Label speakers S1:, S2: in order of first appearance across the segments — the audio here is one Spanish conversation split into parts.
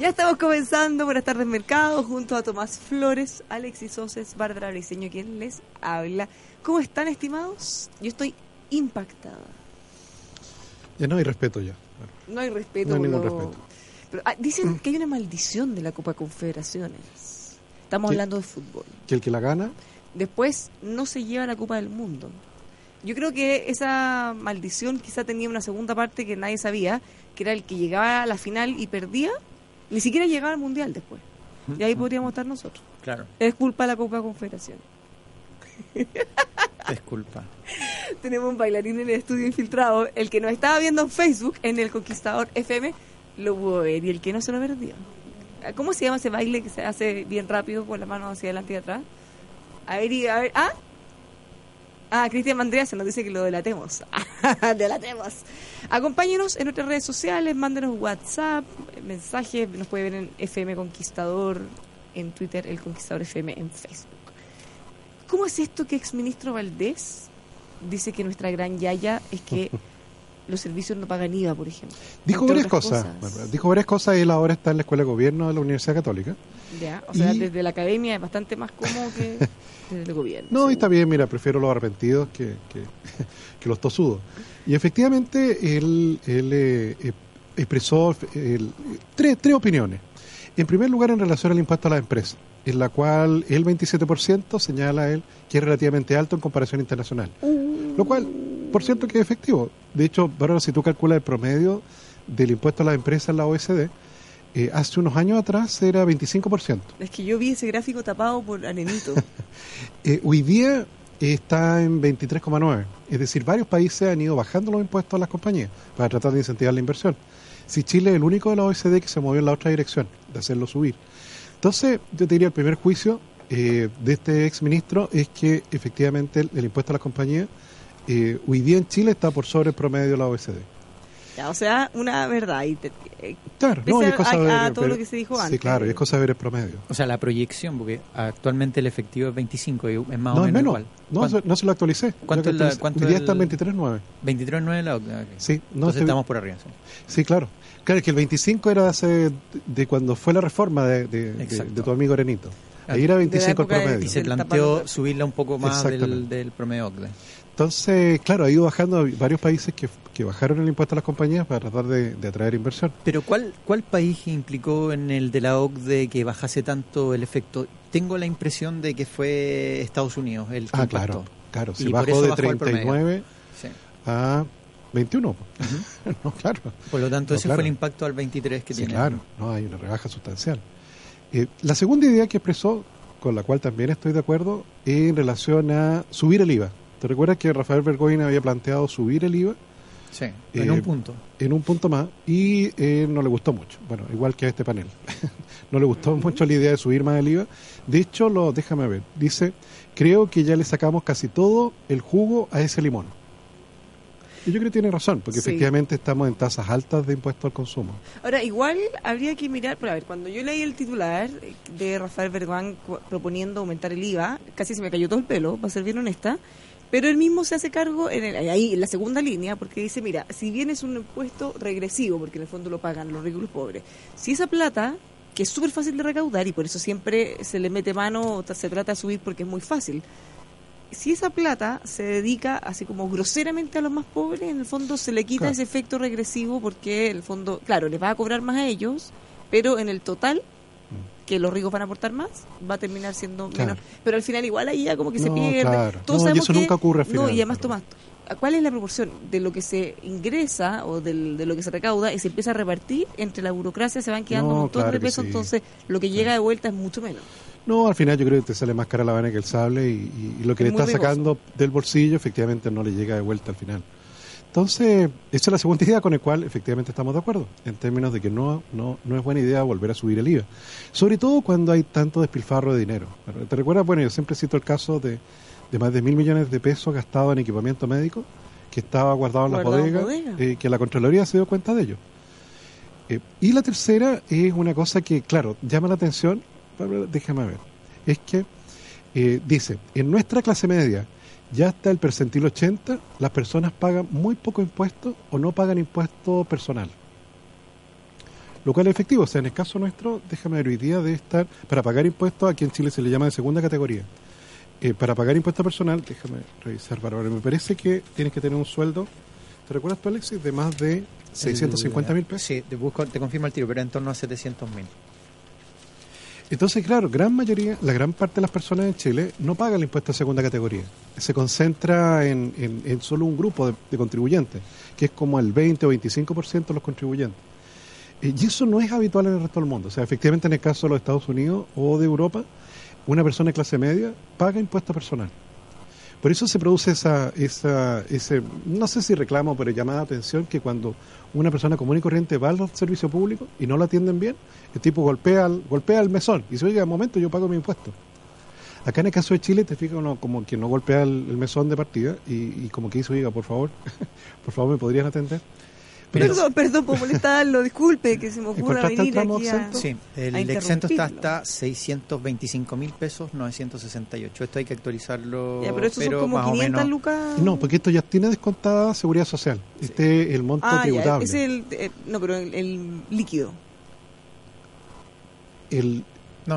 S1: Ya estamos comenzando. Buenas tardes, Mercado, junto a Tomás Flores, Alexis Soces, Bárbara Briceño, quien les habla. ¿Cómo están, estimados? Yo estoy impactada.
S2: Ya no hay respeto ya.
S1: No hay respeto.
S2: No hay ningún respeto.
S1: Pero, dicen que hay una maldición de la Copa Confederaciones. Estamos hablando de fútbol.
S2: Que el que la gana...
S1: Después no se lleva la Copa del Mundo. Yo creo que esa maldición quizá tenía una segunda parte que nadie sabía, que era el que llegaba a la final y perdía, ni siquiera llegaba al Mundial después. Y ahí podríamos estar nosotros.
S3: Claro.
S1: Es culpa de la Copa Confederación.
S3: Es culpa.
S1: Tenemos un bailarín en el estudio infiltrado. El que nos estaba viendo en Facebook, en El Conquistador FM, lo pudo ver, y el que no se lo perdió. ¿Cómo se llama ese baile que se hace bien rápido con la mano hacia adelante y atrás? A ver. Cristian Mandrea se nos dice que lo delatemos. Delatemos. Acompáñenos en nuestras redes sociales, mándenos WhatsApp, mensajes, nos puede ver en FM Conquistador, en Twitter, El Conquistador FM, en Facebook. ¿Cómo es esto que exministro Valdés dice que nuestra gran yaya es que los servicios no pagan IVA, por ejemplo?
S2: Dijo varias cosas. Dijo varias cosas y él ahora está en la Escuela de Gobierno de la Universidad Católica.
S1: Ya, o sea, desde la academia es bastante más cómodo que desde el gobierno.
S2: No, está bien, mira, prefiero los arrepentidos que los tosudos. Y efectivamente él expresó tres opiniones. En primer lugar, en relación al impuesto a las empresas, en la cual el 27% señala él que es relativamente alto en comparación internacional. Lo cual, por cierto, que es efectivo. De hecho, ahora si tú calculas el promedio del impuesto a las empresas en la OECD, hace unos años atrás era 25%.
S1: Es que yo vi ese gráfico tapado por Anenito.
S2: Hoy día está en 23,9%. Es decir, varios países han ido bajando los impuestos a las compañías para tratar de incentivar la inversión. Si Chile es el único de la OECD que se movió en la otra dirección, de hacerlo subir. Entonces, yo te diría, el primer juicio de este exministro es que efectivamente el impuesto a las compañías hoy día en Chile está por sobre el promedio de la OECD.
S1: Ya, o sea, una verdad.
S2: Claro, no, y es cosa de ver,
S1: todo lo que se dijo antes.
S2: Sí, claro, y es cosa de ver el promedio.
S3: O sea, la proyección, porque actualmente el efectivo es 25, y es más o
S2: menos
S3: menos igual.
S2: No se lo actualicé.
S3: ¿Cuánto es
S2: hoy día está en 23,9.
S3: 23,9 la OCDE. Okay.
S2: Sí,
S3: entonces estamos por arriba.
S2: Sí, claro. Claro, es que el 25 era de cuando fue la reforma de tu amigo Arenito. Ahí era 25 el promedio.
S3: Y se planteó subirla un poco más del promedio OCDE.
S2: Entonces, claro, ha ido bajando varios países que bajaron el impuesto a las compañías para tratar de atraer inversión.
S3: Pero ¿cuál país implicó en el de la OCDE que bajase tanto el efecto? Tengo la impresión de que fue Estados Unidos el que impactó.
S2: Claro, se bajó de 39 a 21. Uh-huh. No, claro.
S3: Por lo tanto, ese fue el impacto al 23 que tiene.
S2: Claro, no hay una rebaja sustancial. La segunda idea que expresó, con la cual también estoy de acuerdo, es en relación a subir el IVA. ¿Te recuerdas que Rafael Bergoglio había planteado subir el IVA?
S3: Sí, en un punto.
S2: En un punto más, y no le gustó mucho. Bueno, igual que a este panel. No le gustó mucho la idea de subir más el IVA. De hecho, déjame ver, dice, creo que ya le sacamos casi todo el jugo a ese limón. Y yo creo que tiene razón, porque efectivamente estamos en tasas altas de impuesto al consumo.
S1: Ahora, igual habría que mirar, pero a ver, cuando yo leí el titular de Rafael Bergoglio proponiendo aumentar el IVA, casi se me cayó todo el pelo, para ser bien honesta. Pero él mismo se hace cargo ahí en la segunda línea, porque dice, mira, si bien es un impuesto regresivo, porque en el fondo lo pagan los ricos y los pobres, si esa plata, que es súper fácil de recaudar y por eso siempre se le mete mano, se trata de subir porque es muy fácil, si esa plata se dedica así como groseramente a los más pobres, en el fondo se le quita ese efecto regresivo porque en el fondo, claro, les va a cobrar más a ellos, pero en el total que los ricos van a aportar más, va a terminar siendo menos. Pero al final igual ahí ya como que se pierde.
S2: Claro. Y eso nunca ocurre al final.
S1: No, y además, Tomás, ¿cuál es la proporción de lo que se ingresa o de lo que se recauda y se empieza a repartir entre la burocracia? Se van quedando un montón de pesos, entonces lo que llega de vuelta es mucho menos. No,
S2: al final yo creo que te sale más cara la Habana que el sable y lo que le está sacando del bolsillo efectivamente no le llega de vuelta al final. Entonces, esa es la segunda idea con la cual efectivamente estamos de acuerdo, en términos de que no es buena idea volver a subir el IVA. Sobre todo cuando hay tanto despilfarro de dinero. ¿Te recuerdas? Bueno, yo siempre cito el caso de más de 1.000 millones de pesos gastados en equipamiento médico, que estaba guardado en la bodega. Que la Contraloría se dio cuenta de ello. Y la tercera es una cosa que, claro, llama la atención, déjame ver, es que dice, en nuestra clase media, ya hasta el percentil 80, las personas pagan muy poco impuesto o no pagan impuesto personal. lo cual es efectivo. O sea, en el caso nuestro, déjame ver, hoy día debe estar, para pagar impuestos, aquí en Chile se le llama de segunda categoría. Para pagar impuesto personal, déjame revisar, Bárbara, me parece que tienes que tener un sueldo, ¿te recuerdas tú, Alexis? De más de 650.000 pesos.
S3: Sí, te confirmo el tiro, pero en torno a 700.000.
S2: Entonces, claro, la gran parte de las personas en Chile no paga el impuesto de segunda categoría. Se concentra en solo un grupo de contribuyentes, que es como el 20 o 25% de los contribuyentes. Y eso no es habitual en el resto del mundo. O sea, efectivamente en el caso de los Estados Unidos o de Europa, una persona de clase media paga impuesto personal. Por eso se produce ese, no sé si reclamo, pero llamada de atención, que cuando una persona común y corriente va al servicio público y no lo atienden bien, el tipo golpea el mesón y dice, oiga, un momento, yo pago mi impuesto. Acá en el caso de Chile, te fijas, uno como que no golpea el mesón de partida y como que dice, oiga, por favor, me podrían atender.
S1: Perdón por molestarlo, disculpe que se me ocurra venir aquí a...
S3: Sí, el exento está hasta 625.000 pesos, 968. Esto hay que actualizarlo.
S1: Ya, pero son como 500 lucas.
S2: No, porque esto ya tiene descontada seguridad social. Sí. Este es el monto tributable.
S1: Ya, es no, pero el líquido.
S3: El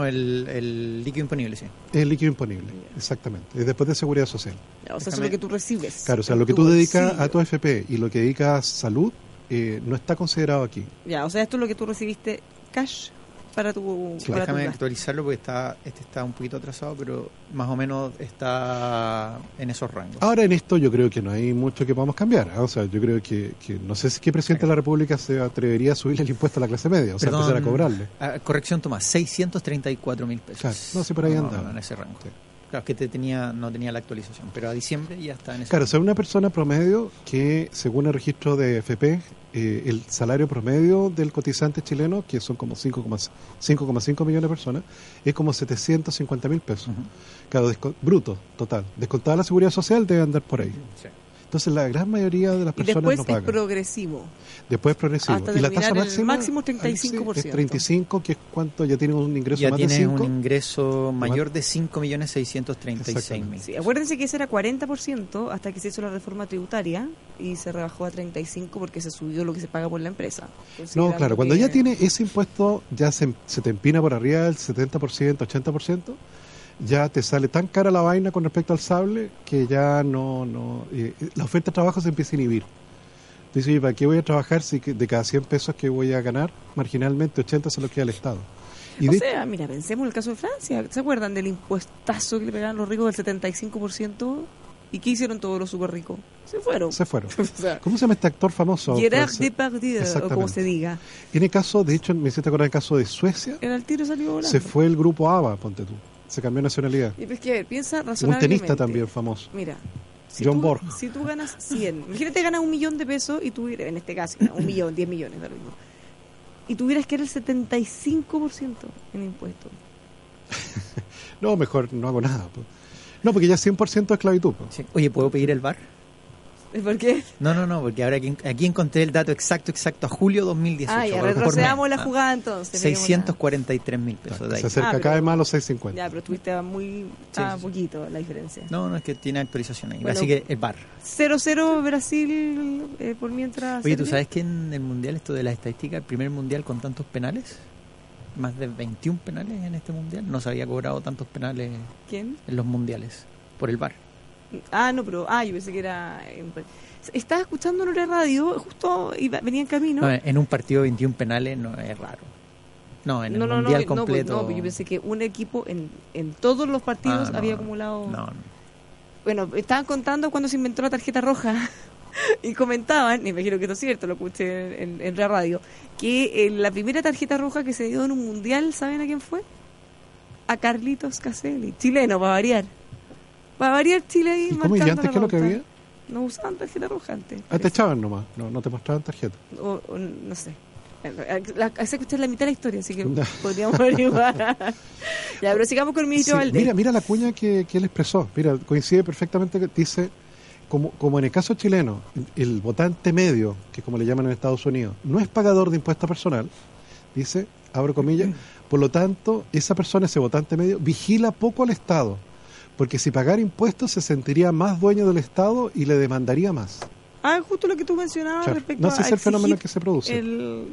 S3: líquido imponible, sí.
S2: El líquido imponible, exactamente. Es después de seguridad social.
S1: Ya, o sea, eso es lo que tú recibes.
S2: Claro, o sea, lo que tú dedicas a tu AFP y lo que dedicas a salud no está considerado aquí.
S1: Ya, o sea, esto es lo que tú recibiste cash para tu...
S3: Sí, para déjame actualizarlo porque este está un poquito atrasado, pero más o menos está en esos rangos.
S2: Ahora en esto yo creo que no hay mucho que podamos cambiar. O sea, yo creo que no sé si qué presidente de la República se atrevería a subirle el impuesto a la clase media, o sea, empezar a cobrarle.
S3: Corrección, Tomás, 634.000 pesos.
S2: Claro, no sé, por ahí anda.
S3: No, en ese rango. Sí. Claro, es que no tenía la actualización, pero a diciembre ya está en ese.
S2: Claro, o sea, una persona promedio que, según el registro de FP, el salario promedio del cotizante chileno, que son como 5,5 millones de personas, es como 750.000 pesos. Claro, bruto, total. Descontada la seguridad social debe andar por ahí. Sí. Entonces la gran mayoría de las personas no pagan.
S1: Después es progresivo.
S2: Después es progresivo.
S1: Hasta
S2: y la tasa
S1: máximo 35%.
S2: Es 35, que es cuánto, ya tienen un ingreso
S3: ya
S2: más de 5.
S3: Ya tienen un ingreso mayor de 5.636.000.
S1: Sí, acuérdense que ese era 40% hasta que se hizo la reforma tributaria y se rebajó a 35% porque se subió lo que se paga por la empresa.
S2: No, claro, cuando ya tiene ese impuesto, ya se te empina por arriba del 70%, 80%, ya te sale tan cara la vaina con respecto al sable que ya la oferta de trabajo se empieza a inhibir. Dice, oye, ¿para qué voy a trabajar si de cada 100 pesos que voy a ganar, marginalmente 80 se lo queda al Estado?
S1: Y mira, pensemos en el caso de Francia. ¿Se acuerdan del impuestazo que le pegaban los ricos del 75%? ¿Y qué hicieron todos los súper ricos? Se fueron.
S2: O sea, ¿cómo se llama este actor famoso?
S1: Gerard Depardieu, o como se diga.
S2: En el caso, de hecho, me hiciste acordar el caso de Suecia.
S1: En el tiro salió volando.
S2: Se fue el grupo ABBA, ponte tú. Se cambió nacionalidad.
S1: Y pues que a ver, piensa razonablemente.
S2: Un tenista también famoso.
S1: Mira,
S2: John Borg.
S1: Si tú ganas 100, imagínate ganas $1.000.000 de pesos y tú, en este caso, 1 millón, 10 millones, da lo mismo. Y tuvieras que dar el 75% en impuestos.
S2: No, mejor no hago nada. Pues. No, porque ya 100% de esclavitud. Pues.
S3: Sí. Oye, ¿puedo pedir el bar?
S1: ¿Por qué?
S3: No, porque ahora aquí encontré el dato exacto a julio 2018.
S1: Ya retrocedamos la jugada entonces.
S3: 643.000 pesos
S2: claro,
S3: de ahí.
S2: Se acerca cada vez más a los 650.
S1: Ya, pero tuviste poquito la diferencia.
S3: No, es que tiene actualización ahí. Bueno, así que el bar.
S1: 0-0 Brasil por mientras...
S3: Oye, ¿tú sabes que en el mundial, esto de la estadística, el primer mundial con tantos penales? Más de 21 penales en este mundial. No se había cobrado tantos penales.
S1: ¿Quién?
S3: En los mundiales, por el bar.
S1: No, pero yo pensé que era... Estaba escuchando en la radio, justo venía en camino.
S3: No, en un partido 21 penales no es raro. No, en el mundial completo...
S1: No, yo pensé que un equipo en todos los partidos había acumulado...
S3: No.
S1: Bueno, estaban contando cuando se inventó la tarjeta roja y comentaban, y me imagino que esto es cierto, lo escuché en la radio, que la primera tarjeta roja que se dio en un mundial, ¿saben a quién fue? A Carlitos Caselli, chileno, para variar. Para variar Chile ahí.
S2: ¿Y cómo? ¿Y antes qué es lo que había?
S1: No usaban tarjeta roja antes.
S2: Te echaban nomás, no te mostraban tarjeta.
S1: O no sé. Hace escuchar la mitad de la historia, así que podríamos averiguar. Ya, pero sigamos con el ministro Valdés.
S2: Mira la cuña que él expresó. Mira, coincide perfectamente que dice, como en el caso chileno, el votante medio, que como le llaman en Estados Unidos, no es pagador de impuesto personal, dice, abro comillas, por lo tanto, esa persona, ese votante medio, vigila poco al Estado. Porque si pagara impuestos se sentiría más dueño del Estado y le demandaría más.
S1: Justo lo que tú mencionabas respecto
S2: no sé si es el fenómeno que se produce.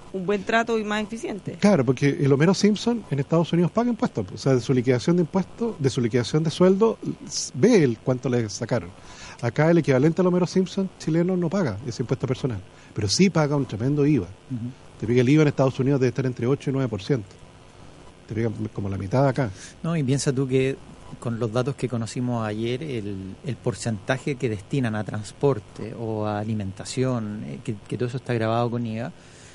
S1: un buen trato y más eficiente.
S2: Claro, porque el Homero Simpson en Estados Unidos paga impuestos, o sea, de su liquidación de impuestos, de su liquidación de sueldo, ve el cuánto le sacaron. Acá el equivalente al Homero Simpson chileno no paga ese impuesto personal, pero sí paga un tremendo IVA. Te pega el IVA en Estados Unidos debe estar entre 8 y 9%. Te pega como la mitad acá.
S3: No, y piensa tú que con los datos que conocimos ayer, el porcentaje que destinan a transporte o a alimentación, que todo eso está grabado con IVA,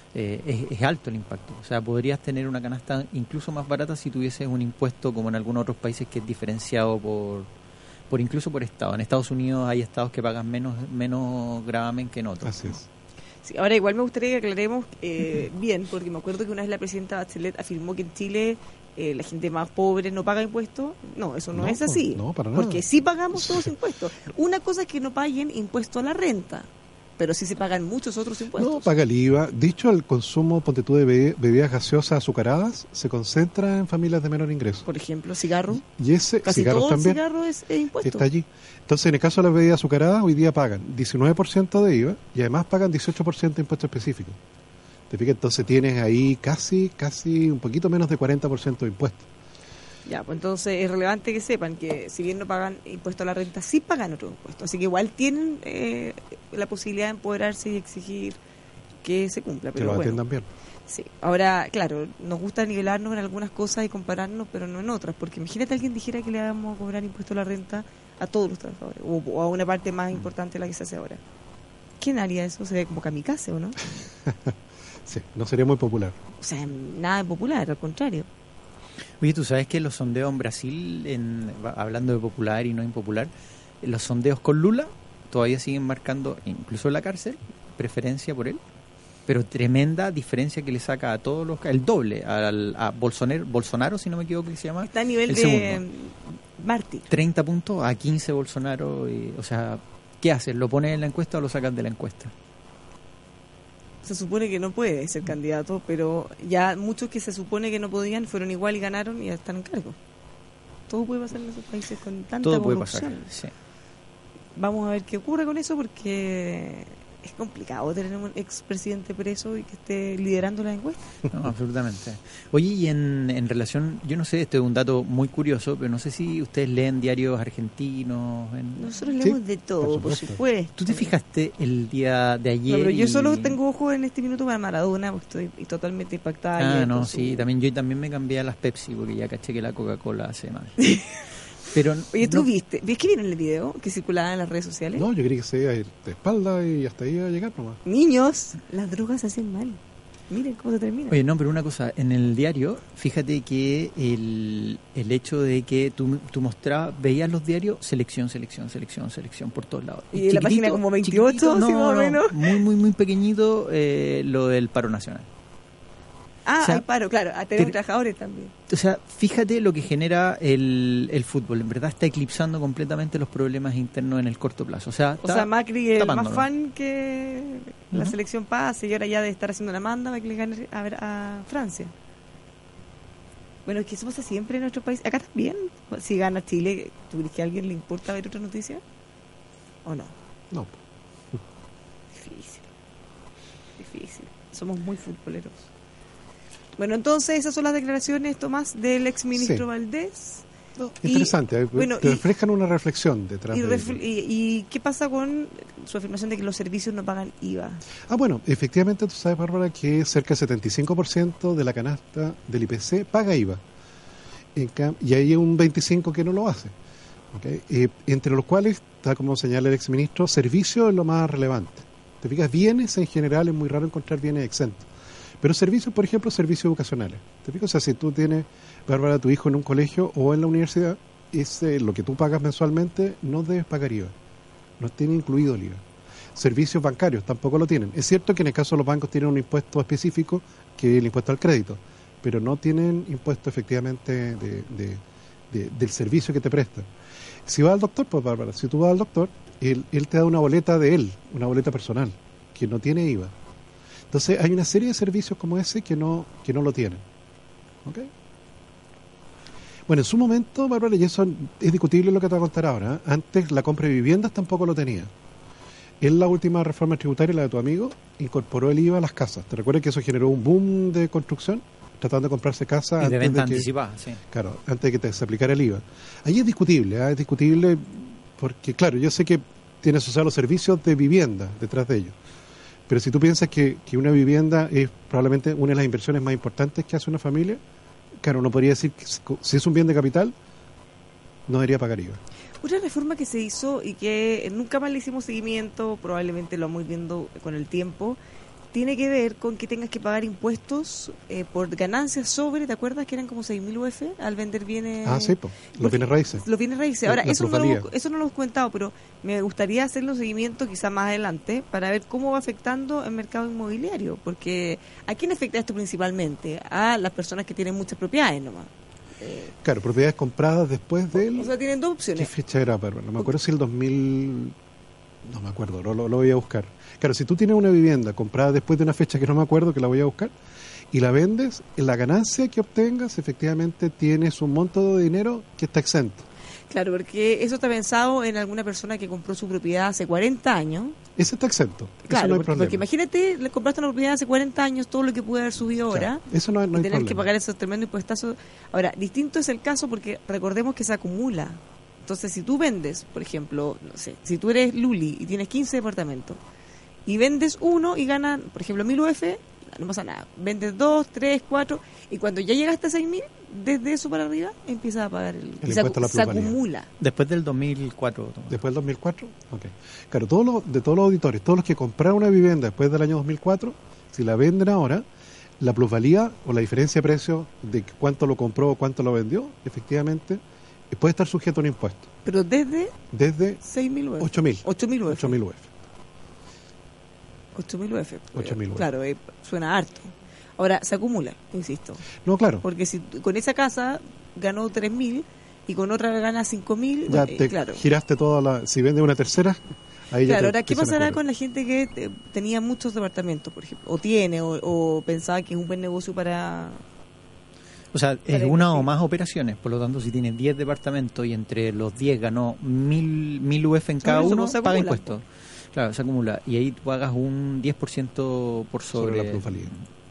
S3: es alto el impacto. O sea, podrías tener una canasta incluso más barata si tuvieses un impuesto como en algunos otros países que es diferenciado por incluso por estado. En Estados Unidos hay estados que pagan menos gravamen que en otros.
S2: Así es.
S1: Sí, ahora igual me gustaría que aclaremos bien, porque me acuerdo que una vez la presidenta Bachelet afirmó que en Chile la gente más pobre no paga impuestos. No, eso no es así.
S2: No, para nada.
S1: Porque sí pagamos todos impuestos. Una cosa es que no paguen impuesto a la renta, pero sí se pagan muchos otros impuestos.
S2: No, paga el IVA. Dicho, el consumo, ponte tú, de bebidas gaseosas azucaradas se concentra en familias de menor ingreso.
S1: Por ejemplo, cigarro.
S2: Y ese
S1: Casi
S2: cigarros
S1: todo
S2: también
S1: el cigarro es impuesto.
S2: está allí. Entonces, en el caso de las bebidas azucaradas, hoy día pagan 19% de IVA y además pagan 18% de impuesto específico. Te fijas, entonces tienes ahí casi un poquito menos de 40% de impuestos.
S1: Ya, pues entonces es relevante que sepan que si bien no pagan impuesto a la renta, sí pagan otro impuesto. Así que igual tienen la posibilidad de empoderarse y exigir que se cumpla. Pero
S2: que lo atiendan bien.
S1: Sí, ahora, claro, nos gusta nivelarnos en algunas cosas y compararnos, pero no en otras. Porque imagínate alguien dijera que le vamos a cobrar impuesto a la renta a todos los trabajadores, o a una parte más importante de la que se hace ahora. ¿Quién haría eso? Sería como kamikaze, ¿o no?
S2: Sí, no sería muy popular.
S1: O sea, nada popular, al contrario.
S3: Oye, ¿tú sabes que los sondeos en Brasil, hablando de popular y no impopular, los sondeos con Lula todavía siguen marcando, incluso en la cárcel, preferencia por él? Pero tremenda diferencia que le saca a todos los... El doble, a Bolsonaro, si no me equivoco que se llama.
S1: Está a nivel
S3: el
S1: de
S3: segundo.
S1: Martí.
S3: 30 puntos a 15 Bolsonaro. O sea, ¿qué haces? ¿Lo pones en la encuesta o lo sacas de la encuesta?
S1: Se supone que no puede ser candidato, pero ya muchos que se supone que no podían fueron igual y ganaron y ya están en cargo. Todo puede pasar en esos países con tanta
S3: Todo puede
S1: corrupción.
S3: pasar, sí.
S1: Vamos a ver qué ocurre con eso, porque es complicado tener un expresidente preso y que esté liderando las encuestas.
S3: No, absolutamente. Oye, y en relación, yo no sé, esto es un dato muy curioso, pero no sé si ustedes leen diarios argentinos.
S1: Nosotros leemos de todo, por supuesto.
S3: ¿Tú te fijaste el día de ayer?
S1: No, pero yo solo tengo ojo en este minuto para Maradona, porque estoy totalmente impactada.
S3: Ah, no, sí, yo también me cambié a las Pepsi, porque ya caché que la Coca-Cola hace mal. Pero
S1: oye, ¿tú viste que vieron el video que circulaba en las redes sociales?
S2: No, yo creí que se iba a ir de espalda y hasta ahí iba a llegar nomás.
S1: Niños, las drogas hacen mal. Miren cómo se termina.
S3: Oye, no, pero una cosa, en el diario, fíjate que el hecho de que tú veías los diarios, selección por todos lados.
S1: Y en la página como 28,
S3: no,
S1: sí, más o menos.
S3: Muy pequeñito lo del paro nacional.
S1: Ah,
S3: o sea,
S1: hay paro, claro, a tener trabajadores también.
S3: O sea, fíjate lo que genera el fútbol. En verdad está eclipsando completamente los problemas internos en el corto plazo. O sea,
S1: Macri es más fan que la selección pase y ahora ya de estar haciendo la manda para que le gane a Francia. Bueno, es que eso pasa siempre en nuestro país. Acá también. Si gana Chile, ¿tú crees que a alguien le importa ver otra noticia? ¿O no?
S2: No.
S1: Difícil. Somos muy futboleros. Bueno, entonces esas son las declaraciones, Tomás, del exministro Valdés.
S2: No, interesante, te reflejan una reflexión detrás de ello.
S1: ¿Y qué pasa con su afirmación de que los servicios no pagan IVA?
S2: Bueno, efectivamente tú sabes, Bárbara, que cerca del 75% de la canasta del IPC paga IVA. Y hay un 25% que no lo hace. ¿Okay? Entre los cuales, tal como señala el exministro, servicio es lo más relevante. Te fijas, bienes en general es muy raro encontrar bienes exentos. Pero servicios, por ejemplo, servicios educacionales. ¿Te fijas? O sea, si tú tienes, Bárbara, tu hijo en un colegio o en la universidad, lo que tú pagas mensualmente no debes pagar IVA. No tiene incluido el IVA. Servicios bancarios tampoco lo tienen. Es cierto que en el caso de los bancos tienen un impuesto específico, que es el impuesto al crédito, pero no tienen impuesto efectivamente del servicio que te prestan. Si vas al doctor, pues Bárbara, si tú vas al doctor, él te da una boleta una boleta personal, que no tiene IVA. Entonces hay una serie de servicios como ese que no lo tienen. ¿Okay? Bueno, en su momento, Bárbara, y eso es discutible lo que te voy a contar ahora, antes la compra de viviendas tampoco lo tenía. en la última reforma tributaria, la de tu amigo, incorporó el IVA a las casas. ¿Te recuerdas que eso generó un boom de construcción? Tratando de comprarse casa
S3: y de venta anticipada, sí.
S2: Claro, antes de que se aplicara el IVA. Ahí es discutible porque, claro, yo sé que tiene asociados los servicios de vivienda detrás de ellos. Pero si tú piensas que una vivienda es probablemente una de las inversiones más importantes que hace una familia, claro, uno podría decir que si es un bien de capital, no debería pagar IVA.
S1: Otra reforma que se hizo y que nunca más le hicimos seguimiento, probablemente lo vamos viendo con el tiempo, tiene que ver con que tengas que pagar impuestos por ganancias sobre, ¿te acuerdas que eran como 6.000 UF al vender bienes?
S2: Ah, sí, los bienes raíces.
S1: Los bienes raíces. Ahora, eso no lo hemos comentado, pero me gustaría hacerle un seguimiento quizá más adelante para ver cómo va afectando el mercado inmobiliario, porque ¿a quién afecta esto principalmente? A las personas que tienen muchas propiedades nomás.
S2: Claro, propiedades compradas después del...
S1: O sea, tienen dos opciones.
S2: ¿Qué fecha era, Bárbara? No me acuerdo si el 2000... No me acuerdo, lo voy a buscar. Claro, si tú tienes una vivienda comprada después de una fecha que no me acuerdo, que la voy a buscar, y la vendes, en la ganancia que obtengas, efectivamente tienes un monto de dinero que está exento.
S1: Claro, porque eso está pensado en alguna persona que compró su propiedad hace 40 años.
S2: Ese está exento.
S1: Claro,
S2: eso no hay problema.
S1: Porque imagínate, le compraste una propiedad hace 40 años, todo lo que puede haber subido ahora,
S2: eso no hay
S1: tener
S2: problema.
S1: que pagar esos tremendos impuestazos. Ahora, distinto es el caso porque recordemos que se acumula. Entonces, si tú vendes, por ejemplo, no sé, si tú eres Luli y tienes 15 departamentos y vendes uno y ganas, por ejemplo, 1.000 UF, no pasa nada. Vendes 2, 3, 4 y cuando ya llegaste a 6.000, desde eso para arriba empiezas a pagar el
S2: impuesto a la
S1: se acumula.
S3: Después del 2004.
S2: ¿Después del 2004? Ok. Claro, de todos los auditores, todos los que compraron una vivienda después del año 2004, si la venden ahora, la plusvalía o la diferencia de precio de cuánto lo compró o cuánto lo vendió, efectivamente, puede estar sujeto a un impuesto.
S1: Pero desde
S2: 6.000 UF. 8.000.
S1: 8.000 UF.
S2: 8.000 UF.
S1: 8.000 UF.
S2: 8.000 UF.
S1: Claro, suena harto. Ahora, se acumula, insisto.
S2: No, claro.
S1: Porque si con esa casa ganó 3.000 y con otra gana 5.000,
S2: ya te
S1: claro.
S2: Giraste toda la... Si vende una tercera, ahí ya
S1: claro, ahora, ¿qué pasará con la gente que tenía muchos departamentos, por ejemplo? O tiene, o pensaba que es un buen negocio para...
S3: O sea, es una o más operaciones, por lo tanto, si tienes 10 departamentos y entre los 10 ganó 1.000 UF en cada uno, paga impuestos. Claro, se acumula. Y ahí tú hagas un 10% por sobre
S2: la plusvalía.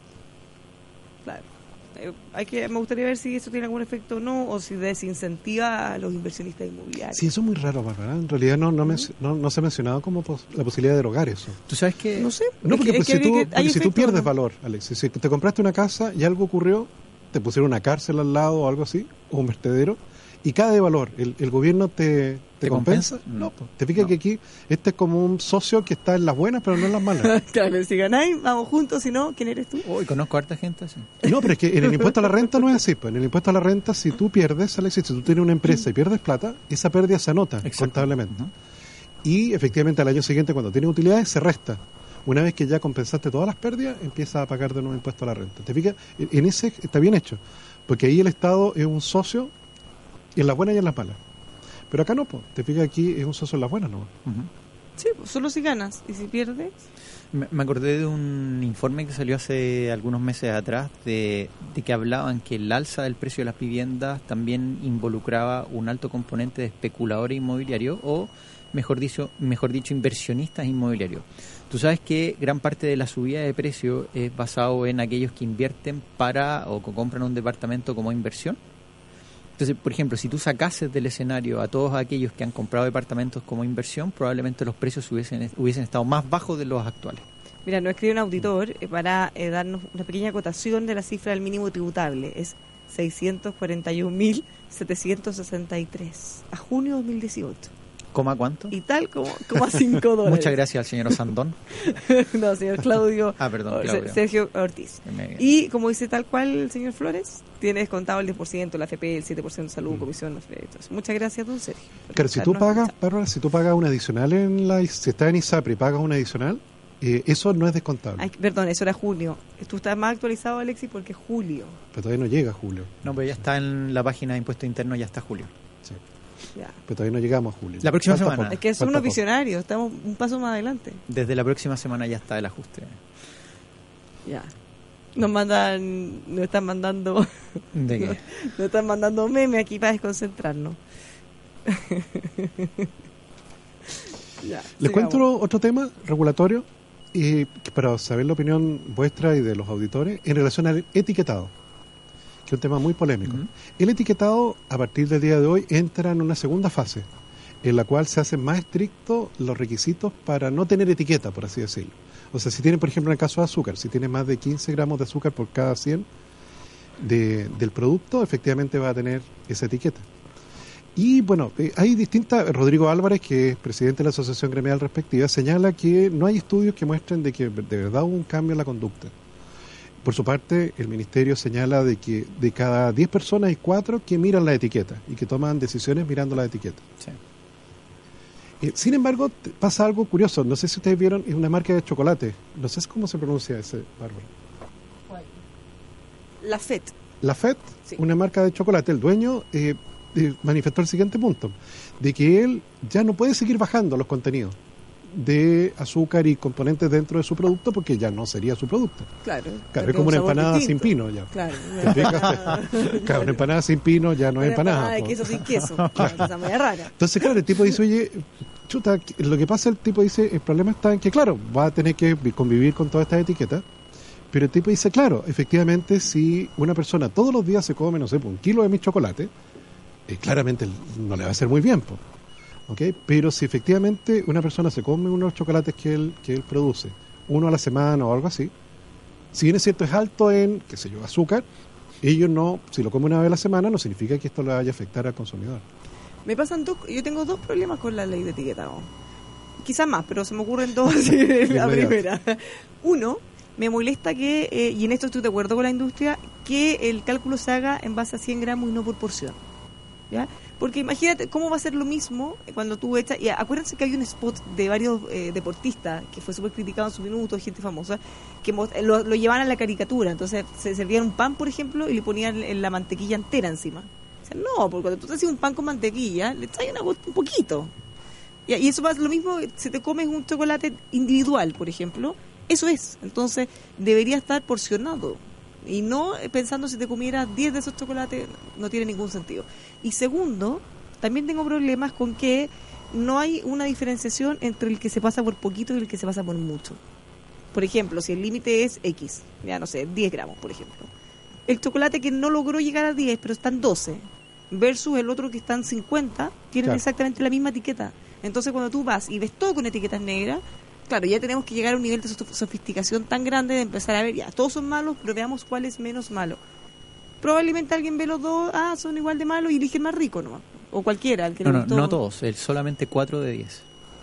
S1: Claro. Me gustaría ver si eso tiene algún efecto o no, o si desincentiva a los inversionistas inmobiliarios.
S2: Sí, eso es muy raro, Bárbara. En realidad no se ha mencionado como la posibilidad de derogar eso.
S3: ¿Tú sabes qué?
S1: No sé.
S2: No, porque si tú pierdes valor, Alex, si te compraste una casa y algo ocurrió, te pusieron una cárcel al lado o algo así, o un vertedero, y cae de valor, ¿el gobierno te compensa? No, te fijas que aquí este es como un socio que está en las buenas pero no en las malas.
S1: Claro, si ganáis, vamos juntos, si no, ¿quién eres tú?
S3: Uy, conozco a harta gente así.
S2: No, pero es que en el impuesto a la renta no es así, pues en el impuesto a la renta, si tú pierdes, Alex, si tú tienes una empresa y pierdes plata, esa pérdida se anota contablemente. Y efectivamente al año siguiente, cuando tienes utilidades, se resta. Una vez que ya compensaste todas las pérdidas, empieza a pagar de nuevo impuesto a la renta. ¿Te fijas? En ese está bien hecho, porque ahí el Estado es un socio en las buenas y en las malas. Pero acá no, te fijas, aquí es un socio en las buenas, ¿no?
S1: Sí, solo si ganas, y si pierdes...
S3: Me acordé de un informe que salió hace algunos meses atrás de que hablaban que el alza del precio de las viviendas también involucraba un alto componente de especuladores inmobiliarios o, mejor dicho, inversionistas inmobiliarios. Tú sabes que gran parte de la subida de precio es basado en aquellos que invierten o que compran un departamento como inversión. Entonces, por ejemplo, si tú sacases del escenario a todos aquellos que han comprado departamentos como inversión, probablemente los precios hubiesen estado más bajos de los actuales.
S1: Mira, nos escribe un auditor para darnos una pequeña acotación de la cifra del mínimo tributable. Es 641.763 a junio 2018.
S3: ¿Coma cuánto?
S1: Y tal como a $5.
S3: Muchas gracias al señor Osandón.
S1: No, señor Claudio.
S3: Perdón, Claudio.
S1: Sergio Ortiz. Y como dice tal cual el señor Flores, tiene descontado el 10%, la AFP, el 7% de salud, comisión. Entonces, muchas gracias, don Sergio.
S2: Claro, si tú pagas, Bárbara, si tú pagas un adicional si estás en ISAPRE y pagas un adicional, eso no es descontable.
S1: Ay, perdón, eso era junio. Tú estás más actualizado, Alexis, porque es julio.
S2: Pero todavía no llega julio.
S3: No, pero ya está en la página de Impuesto Interno, ya está julio.
S2: Sí.
S1: Ya.
S2: Pero todavía no llegamos a julio.
S3: La próxima semana.
S1: Es que son unos visionarios, estamos un paso más adelante.
S3: Desde la próxima semana ya está el ajuste.
S1: Ya. Nos están mandando
S3: ¿De qué?
S1: nos están mandando memes aquí para desconcentrarnos.
S2: Les cuento otro tema regulatorio y para saber la opinión vuestra y de los auditores en relación al etiquetado, que es un tema muy polémico. El etiquetado, a partir del día de hoy, entra en una segunda fase, en la cual se hacen más estrictos los requisitos para no tener etiqueta, por así decirlo. O sea, si tiene, por ejemplo, en el caso de azúcar, si tiene más de 15 gramos de azúcar por cada 100 del producto, efectivamente va a tener esa etiqueta. Y bueno, hay distintas. Rodrigo Álvarez, que es presidente de la asociación gremial respectiva, señala que no hay estudios que muestren de que de verdad hubo un cambio en la conducta. Por su parte, el ministerio señala de que de cada 10 personas hay 4 que miran la etiqueta y que toman decisiones mirando la etiqueta.
S3: Sí.
S2: Sin embargo, pasa algo curioso. No sé si ustedes vieron, es una marca de chocolate. No sé cómo se pronuncia ese, Bárbara.
S1: Lafette.
S2: Lafette,
S1: sí.
S2: Una marca de chocolate. El dueño manifestó el siguiente punto, de que él ya no puede seguir bajando los contenidos de azúcar y componentes dentro de su producto porque ya no sería su producto.
S1: Claro,
S2: es como una empanada sin pino ya.
S1: Claro,
S2: una empanada sin pino ya no es empanada.
S1: De queso sin queso, cosa muy rara.
S2: Entonces, claro, el tipo dice, oye, chuta, lo que pasa, el tipo dice, el problema está en que, claro, va a tener que convivir con todas estas etiquetas, pero el tipo dice, claro, efectivamente, si una persona todos los días se come, no sé, 1 kilo de mi chocolate, claramente no le va a hacer muy bien, ¿okay? Pero si efectivamente una persona se come unos chocolates que él produce, uno a la semana o algo así, si bien es cierto es alto en, qué sé yo, azúcar, ellos no, si lo come una vez a la semana, no significa que esto le vaya a afectar al consumidor.
S1: Yo tengo 2 problemas con la ley de etiquetado. Quizás más, pero se me ocurren 2. La primera. Uno, me molesta que, y en esto estoy de acuerdo con la industria, que el cálculo se haga en base a 100 gramos y no por porción. ¿Ya? Porque imagínate cómo va a ser lo mismo cuando tú echas... Y acuérdense que hay un spot de varios deportistas que fue súper criticado en su minuto, gente famosa, que lo llevaban a la caricatura. Entonces se servían un pan, por ejemplo, y le ponían la mantequilla entera encima. O sea, no, porque cuando tú te haces un pan con mantequilla, le echas un poquito. Y eso pasa lo mismo si te comes un chocolate individual, por ejemplo. Eso es. Entonces debería estar porcionado. Y no pensando si te comieras 10 de esos chocolates, no tiene ningún sentido. Y segundo, también tengo problemas con que no hay una diferenciación entre el que se pasa por poquito y el que se pasa por mucho. Por ejemplo, si el límite es X, ya no sé, 10 gramos, por ejemplo. El chocolate que no logró llegar a 10, pero está en 12, versus el otro que está en 50, tienen exactamente la misma etiqueta. Entonces, cuando tú vas y ves todo con etiquetas negras, claro, ya tenemos que llegar a un nivel de sofisticación tan grande de empezar a ver, ya, todos son malos, pero veamos cuál es menos malo. Probablemente alguien ve los dos, son igual de malos y elige el más rico, ¿no? O cualquiera. El que
S3: no todos, solamente 4 de 10.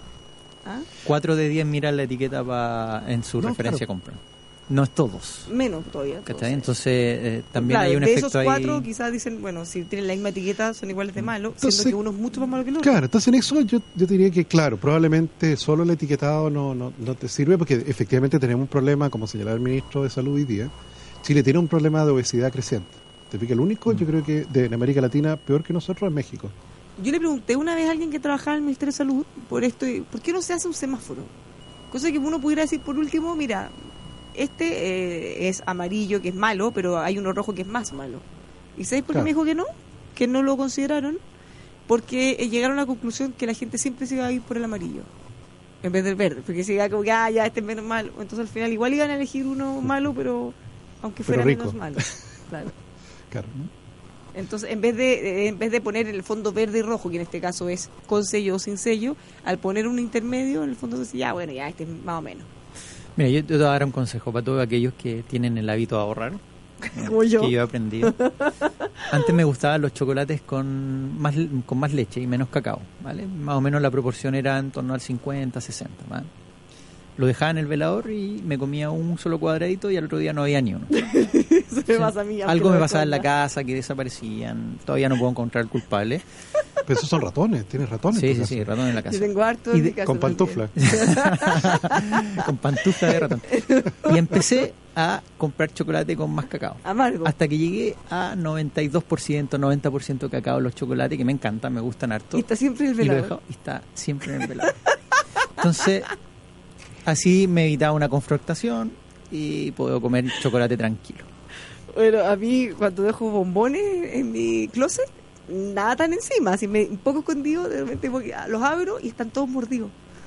S3: 4 de 10 miran la etiqueta en su referencia compra. No es todos.
S1: Menos todavía.
S3: Entonces, también hay un efecto ahí.
S1: De esos 4 quizás dicen, bueno, si tienen la misma etiqueta son iguales de malos, siendo que uno es mucho más malo que el otro.
S2: Claro, entonces en eso yo diría que, claro, probablemente solo el etiquetado no te sirve porque efectivamente tenemos un problema, como señalaba el ministro de Salud hoy día. Chile tiene un problema de obesidad creciente. Te pica el único, yo creo que en América Latina, peor que nosotros, es México.
S1: Yo le pregunté una vez a alguien que trabajaba en el Ministerio de Salud por esto, ¿por qué no se hace un semáforo? Cosa que uno pudiera decir, por último, mira, es amarillo, que es malo, pero hay uno rojo que es más malo. ¿Y sabes por qué me dijo que no? Que no lo consideraron, porque llegaron a la conclusión que la gente siempre se iba a ir por el amarillo en vez del verde, porque se iba como que ya este es menos malo. Entonces al final igual iban a elegir uno malo, pero aunque fuera menos malo. Claro. Entonces en vez de poner en el fondo verde y rojo, que en este caso es con sello o sin sello, al poner un intermedio, en el fondo se dice, ya este es más o menos.
S3: Mira, yo te voy a dar un consejo para todos aquellos que tienen el hábito de ahorrar.
S1: Como yo.
S3: Que yo he aprendido. Antes me gustaban los chocolates con más leche y menos cacao, ¿vale? Más o menos la proporción era en torno al 50-60, ¿vale? Lo dejaba en el velador y me comía un solo cuadradito y al otro día no había ni uno.
S1: Eso me pasa a mí.
S3: Algo me pasaba en la casa, que desaparecían. Todavía no puedo encontrar el culpable.
S2: Pero esos son ratones, tienes ratones.
S3: Sí, ratones en la casa.
S1: Yo tengo harto en mi casa.
S2: Con pantufla.
S3: Con pantufla de ratón. Y empecé a comprar chocolate con más cacao.
S1: Amargo.
S3: Hasta que llegué a 92%, 90% cacao los chocolates, que me encantan, me gustan harto.
S1: Y está siempre en el velador.
S3: Y está siempre en el velador. Entonces, así me evitaba una confrontación y puedo comer chocolate tranquilo.
S1: Bueno, a mí cuando dejo bombones en mi closet, nada tan encima, así un poco escondido, de repente los abro y están todos mordidos.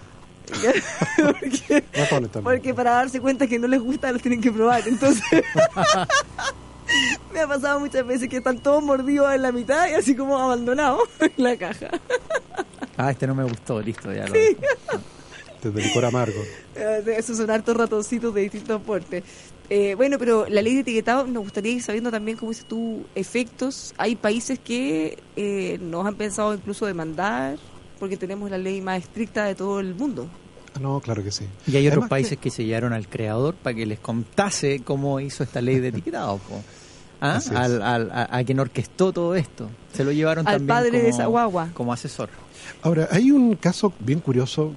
S1: porque para darse cuenta que no les gusta los tienen que probar. Entonces me ha pasado muchas veces que están todos mordidos en la mitad y así como abandonados en la caja.
S3: Este no me gustó, listo, ya lo
S1: sí.
S2: Desde el licor amargo.
S1: Esos son hartos ratoncitos de distintos portes. Bueno, pero la ley de etiquetado, nos gustaría ir sabiendo también, como dices tú, efectos. Hay países que nos han pensado incluso demandar porque tenemos la ley más estricta de todo el mundo.
S2: No, claro que sí.
S3: Y hay otros países que se llevaron al creador para que les contase cómo hizo esta ley de etiquetado. A quien orquestó todo esto. Se lo llevaron
S1: al
S3: también
S1: padre
S3: como,
S1: de esa guagua.
S3: Como asesor.
S2: Ahora, hay un caso bien curioso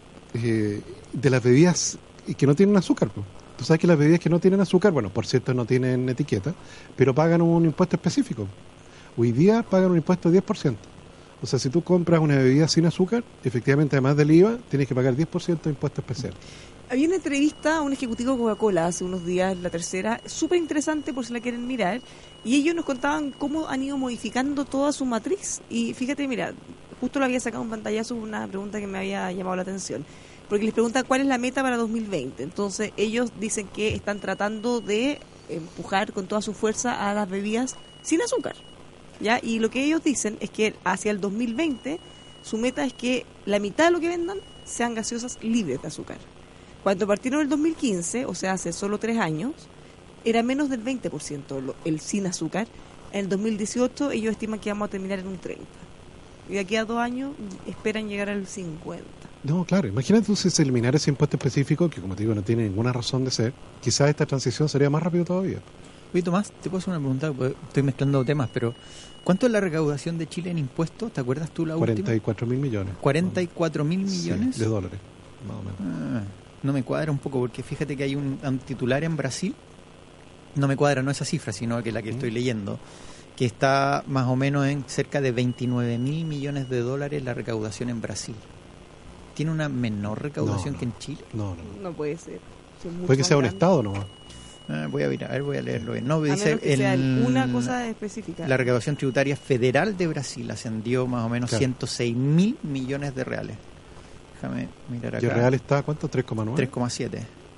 S2: de las bebidas que no tienen azúcar. Tú sabes que las bebidas que no tienen azúcar, bueno, por cierto no tienen etiqueta, pero pagan un impuesto específico. Hoy día pagan un impuesto de 10%. O sea, si tú compras una bebida sin azúcar, efectivamente, además del IVA, tienes que pagar 10% de impuesto especial.
S1: Había una entrevista a un ejecutivo de Coca-Cola hace unos días, la tercera, súper interesante por si la quieren mirar, y ellos nos contaban cómo han ido modificando toda su matriz. Y fíjate, mira, justo lo había sacado un pantallazo, una pregunta que me había llamado la atención, porque les preguntan cuál es la meta para 2020. Entonces ellos dicen que están tratando de empujar con toda su fuerza a las bebidas sin azúcar, ¿ya? Y lo que ellos dicen es que hacia el 2020 su meta es que la mitad de lo que vendan sean gaseosas libres de azúcar. Cuando partieron el 2015, o sea, hace solo 3 años, era menos del 20% el sin azúcar. En el 2018 ellos estiman que vamos a terminar en un 30%. Y de aquí a 2 años esperan llegar al 50%.
S2: No, claro, imagínate si se eliminara ese impuesto específico, que como te digo no tiene ninguna razón de ser, quizás esta transición sería más rápido todavía.
S3: Oye, Tomás, te puedo hacer una pregunta, estoy mezclando temas, pero ¿cuánto es la recaudación de Chile en impuestos? ¿Te acuerdas tú la última?
S2: 44.000 millones.
S3: 44.000 millones.
S2: Sí, de dólares, más o menos.
S3: No me cuadra un poco, porque fíjate que hay un titular en Brasil, no me cuadra, no esa cifra, sino que la que estoy leyendo, que está más o menos en cerca de 29.000 millones de dólares la recaudación en Brasil. ¿Tiene una menor recaudación que en Chile?
S1: No puede ser.
S2: Puede que sea un estado nomás.
S3: Voy a leerlo bien. No,
S1: a
S3: dice
S1: menos que sea una cosa específica.
S3: La recaudación tributaria federal de Brasil ascendió más o menos 106.000 millones de reales. Déjame mirar acá.
S2: ¿Y el real está cuánto? 3,9.
S3: 3,7.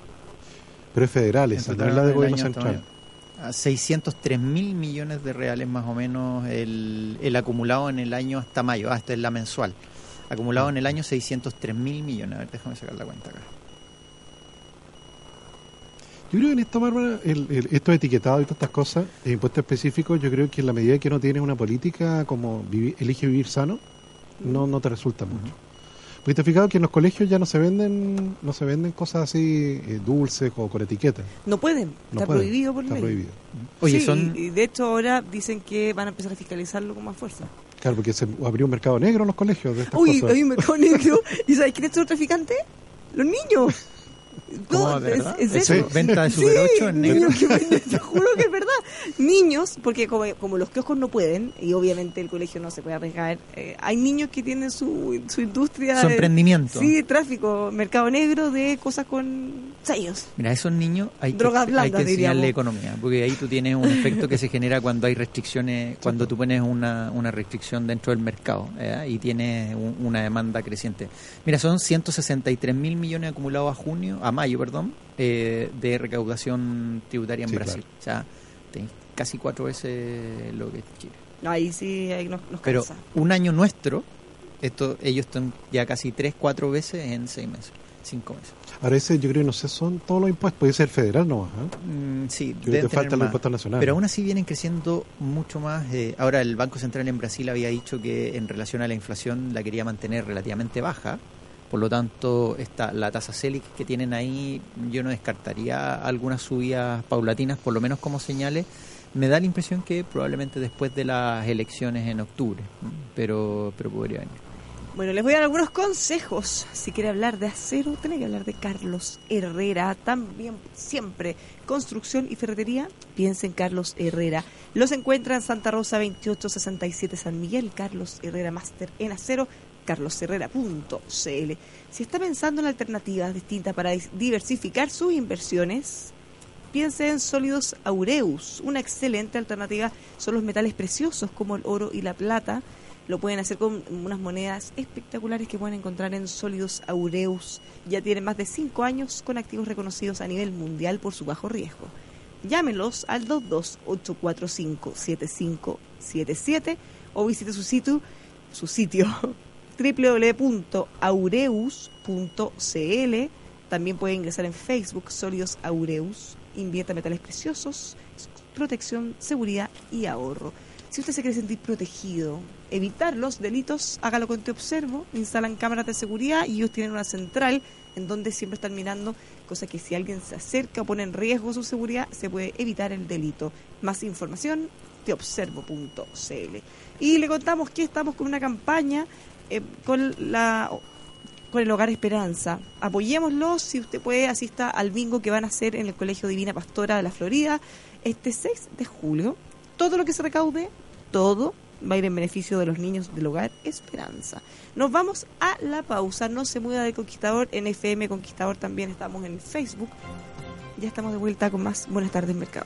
S2: Pero es federal, esa no es la de gobierno central.
S3: 603.000 millones de reales más o menos el acumulado en el año hasta mayo. Esta es la mensual. Acumulado en el año 603.000 millones. A ver, déjame sacar la cuenta acá.
S2: Yo creo que en esta, Bárbara, estos etiquetados y todas estas cosas, impuestos específicos, yo creo que en la medida que no tienes una política como elige vivir sano, no te resulta mucho. Porque te has fijado que en los colegios ya no se venden cosas así dulces o con etiquetas.
S1: No pueden, está prohibido por ley. Está prohibido.
S3: Oye,
S1: sí, y de hecho ahora dicen que van a empezar a fiscalizarlo con más fuerza.
S2: Claro, porque se abrió un mercado negro en los colegios de estas
S1: cosas.
S2: Hay
S1: un mercado negro. ¿Y sabes quién es otro traficante? Los niños.
S3: ¿Cómo, verdad? ¿Es venta de Super 8 en negro?
S1: Te juro que es verdad. Niños, porque como los kioscos no pueden, y obviamente el colegio no se puede arriesgar, hay niños que tienen su industria.
S3: Su emprendimiento.
S1: Sí, tráfico, mercado negro de cosas con sellos.
S3: Mira, a esos niños hay
S1: drogas
S3: que
S1: blandas,
S3: enseñarle economía, porque ahí tú tienes un efecto que se genera cuando hay restricciones, cuando tú pones una restricción dentro del mercado y tienes una demanda creciente. Mira, son 163.000 millones acumulados a mayo, de recaudación tributaria en Brasil. Claro. O sea, casi 4 veces lo que es Chile.
S1: Ahí sí nos cansa.
S3: Pero un año nuestro, ellos están ya casi 3-4 veces en 6 meses, 5 meses.
S2: Ahora ese yo creo que no sé, son todos los impuestos, puede ser federal nomás.
S3: Sí,
S2: te faltan los impuestos nacionales.
S3: Pero aún así vienen creciendo mucho más. Ahora el Banco Central en Brasil había dicho que en relación a la inflación la quería mantener relativamente baja. Por lo tanto, la tasa Selic que tienen ahí, yo no descartaría algunas subidas paulatinas, por lo menos como señales. Me da la impresión que probablemente después de las elecciones en octubre, pero podría venir.
S1: Bueno, les voy a dar algunos consejos. Si quiere hablar de acero, tiene que hablar de Carlos Herrera. También, siempre, construcción y ferretería, piensa en Carlos Herrera. Los encuentra en Santa Rosa 2867 San Miguel. Carlos Herrera, máster en acero, carlosherrera.cl. Si está pensando en alternativas distintas para diversificar sus inversiones, piense en Sólidos Aureus. Una excelente alternativa son los metales preciosos como el oro y la plata. Lo pueden hacer con unas monedas espectaculares que pueden encontrar en Sólidos Aureus. Ya tienen más de 5 años con activos reconocidos a nivel mundial por su bajo riesgo. Llámenlos al 22-845-7577 o visite su sitio www.aureus.cl. También pueden ingresar en Facebook, Sólidos Aureus. Invierta metales preciosos, protección, seguridad y ahorro. Si usted se quiere sentir protegido, evitar los delitos, hágalo con Te Observo. Instalan cámaras de seguridad y ellos tienen una central en donde siempre están mirando, cosa que si alguien se acerca o pone en riesgo su seguridad, se puede evitar el delito. Más información, teobservo.cl. Y le contamos que estamos con una campaña con el Hogar Esperanza. Apoyémoslo, si usted puede, asista al bingo que van a hacer en el Colegio Divina Pastora de la Florida este 6 de julio. Todo lo que se recaude, todo va a ir en beneficio de los niños del Hogar Esperanza. Nos vamos a la pausa. No se mueva de Conquistador. En FM Conquistador también estamos en Facebook. Ya estamos de vuelta con más Buenas Tardes Mercado.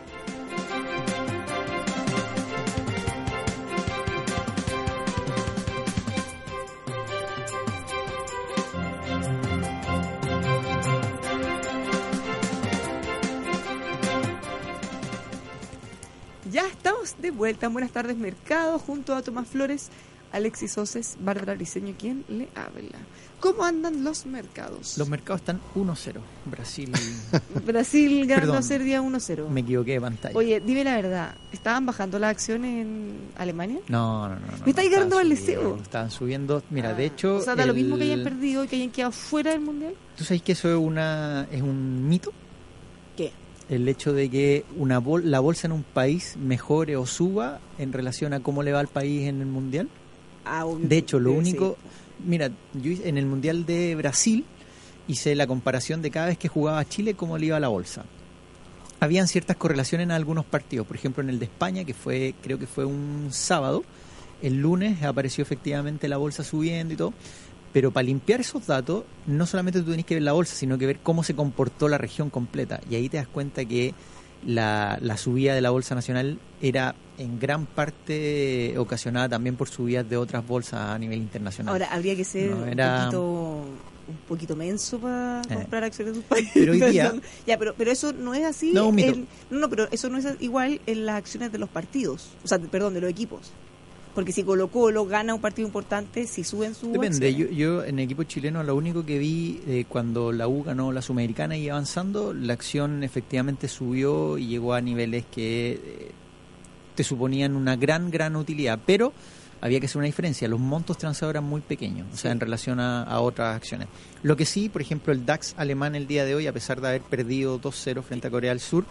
S1: Ya estamos de vuelta en Buenas Tardes Mercado junto a Tomás Flores, Alexis Oces, Bárbara Briceño, quien le habla. ¿Cómo andan los mercados?
S3: Los mercados están 1-0. Brasil
S1: ganando a Serbia 1-0.
S3: Me equivoqué de pantalla.
S1: Oye, dime la verdad, ¿estaban bajando las acciones en Alemania?
S3: No.
S1: ¿Me está llegando al deseo?
S3: Estaban subiendo. Mira, de hecho...
S1: O sea, da lo mismo que hayan perdido y que hayan quedado fuera del Mundial.
S3: ¿Tú sabes que eso es un mito?
S1: ¿Qué?
S3: El hecho de que la bolsa en un país mejore o suba en relación a cómo le va al país en el Mundial. De hecho, lo único... Sí. Mira, yo en el Mundial de Brasil hice la comparación de cada vez que jugaba Chile, cómo le iba a la bolsa. Habían ciertas correlaciones en algunos partidos. Por ejemplo, en el de España, creo que fue un sábado, el lunes apareció efectivamente la bolsa subiendo y todo. Pero para limpiar esos datos, no solamente tú tenés que ver la bolsa, sino que ver cómo se comportó la región completa. Y ahí te das cuenta que la subida de la bolsa nacional era en gran parte ocasionada también por subidas de otras bolsas a nivel internacional.
S1: Ahora, habría que ser un poquito menso para comprar acciones de un país.
S3: Pero hoy día...
S1: pero eso no es así.
S3: No,
S1: pero eso no es igual en las acciones de los partidos. O sea, perdón, de los equipos. Porque si Colo-Colo gana un partido importante, si suben su
S3: Depende, yo en el equipo chileno lo único que vi cuando la U ganó la Sudamericana y avanzando, la acción efectivamente subió y llegó a niveles que te suponían una gran utilidad, pero había que hacer una diferencia, los montos transados eran muy pequeños, o sea, en relación a otras acciones. Lo que sí, por ejemplo, el DAX alemán el día de hoy, a pesar de haber perdido 2-0 frente a Corea del Sur,